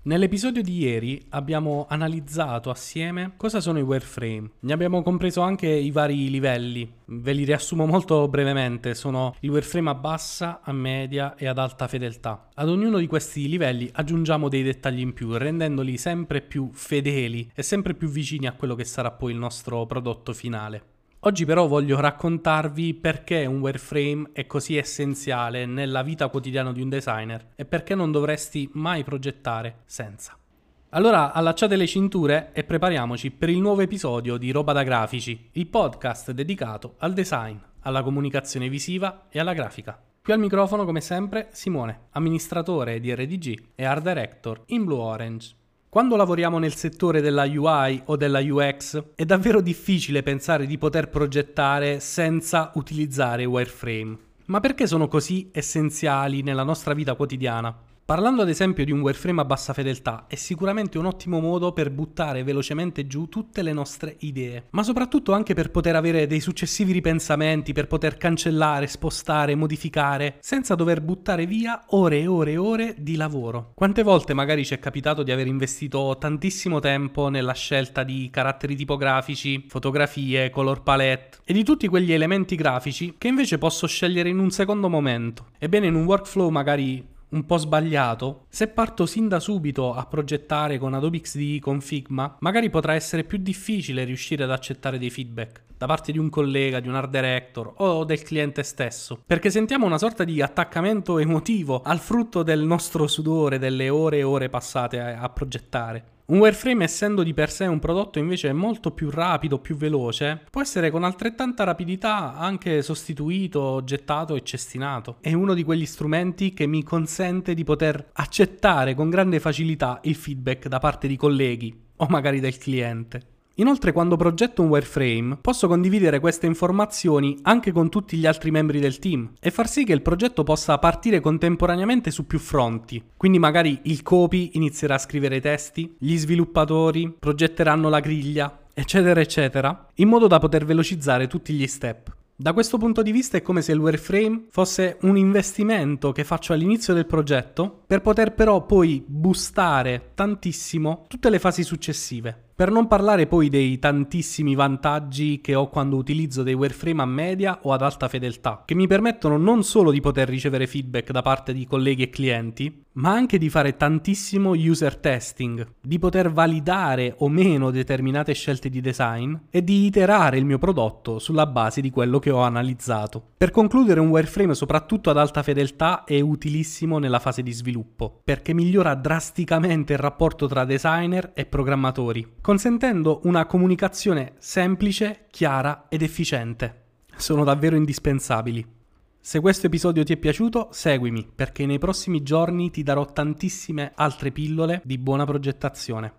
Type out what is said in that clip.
Nell'episodio di ieri abbiamo analizzato assieme cosa sono i wireframe. Ne abbiamo compreso anche i vari livelli. Ve li riassumo molto brevemente. Sono il wireframe a bassa, a media e ad alta fedeltà. Ad ognuno di questi livelli aggiungiamo dei dettagli in più, rendendoli sempre più fedeli e sempre più vicini a quello che sarà poi il nostro prodotto finale. Oggi però voglio raccontarvi perché un wireframe è così essenziale nella vita quotidiana di un designer e perché non dovresti mai progettare senza. Allora allacciate le cinture e prepariamoci per il nuovo episodio di Roba da Grafici, il podcast dedicato al design, alla comunicazione visiva e alla grafica. Qui al microfono come sempre Simone, amministratore di RDG e Art Director in Blue Orange. Quando lavoriamo nel settore della UI o della UX è davvero difficile pensare di poter progettare senza utilizzare wireframe. Ma perché sono così essenziali nella nostra vita quotidiana? Parlando ad esempio di un wireframe a bassa fedeltà, è sicuramente un ottimo modo per buttare velocemente giù tutte le nostre idee, ma soprattutto anche per poter avere dei successivi ripensamenti, per poter cancellare, spostare, modificare, senza dover buttare via ore e ore e ore di lavoro. Quante volte magari ci è capitato di aver investito tantissimo tempo nella scelta di caratteri tipografici, fotografie, color palette e di tutti quegli elementi grafici che invece posso scegliere in un secondo momento. Ebbene, in un workflow magari un po' sbagliato, se parto sin da subito a progettare con Adobe XD con Figma, magari potrà essere più difficile riuscire ad accettare dei feedback da parte di un collega, di un art director o del cliente stesso, perché sentiamo una sorta di attaccamento emotivo al frutto del nostro sudore, delle ore e ore passate a progettare. Un wireframe, essendo di per sé un prodotto invece molto più rapido, più veloce, può essere con altrettanta rapidità anche sostituito, gettato e cestinato. È uno di quegli strumenti che mi consente di poter accettare con grande facilità il feedback da parte di colleghi o magari del cliente. Inoltre, quando progetto un wireframe, posso condividere queste informazioni anche con tutti gli altri membri del team e far sì che il progetto possa partire contemporaneamente su più fronti. Quindi magari il copy inizierà a scrivere i testi, gli sviluppatori progetteranno la griglia, eccetera eccetera, in modo da poter velocizzare tutti gli step. Da questo punto di vista è come se il wireframe fosse un investimento che faccio all'inizio del progetto per poter però poi boostare tantissimo tutte le fasi successive. Per non parlare poi dei tantissimi vantaggi che ho quando utilizzo dei wireframe a media o ad alta fedeltà, che mi permettono non solo di poter ricevere feedback da parte di colleghi e clienti, ma anche di fare tantissimo user testing, di poter validare o meno determinate scelte di design e di iterare il mio prodotto sulla base di quello che ho analizzato. Per concludere, un wireframe soprattutto ad alta fedeltà è utilissimo nella fase di sviluppo, perché migliora drasticamente il rapporto tra designer e programmatori, consentendo una comunicazione semplice, chiara ed efficiente. Sono davvero indispensabili. Se questo episodio ti è piaciuto, seguimi, perché nei prossimi giorni ti darò tantissime altre pillole di buona progettazione.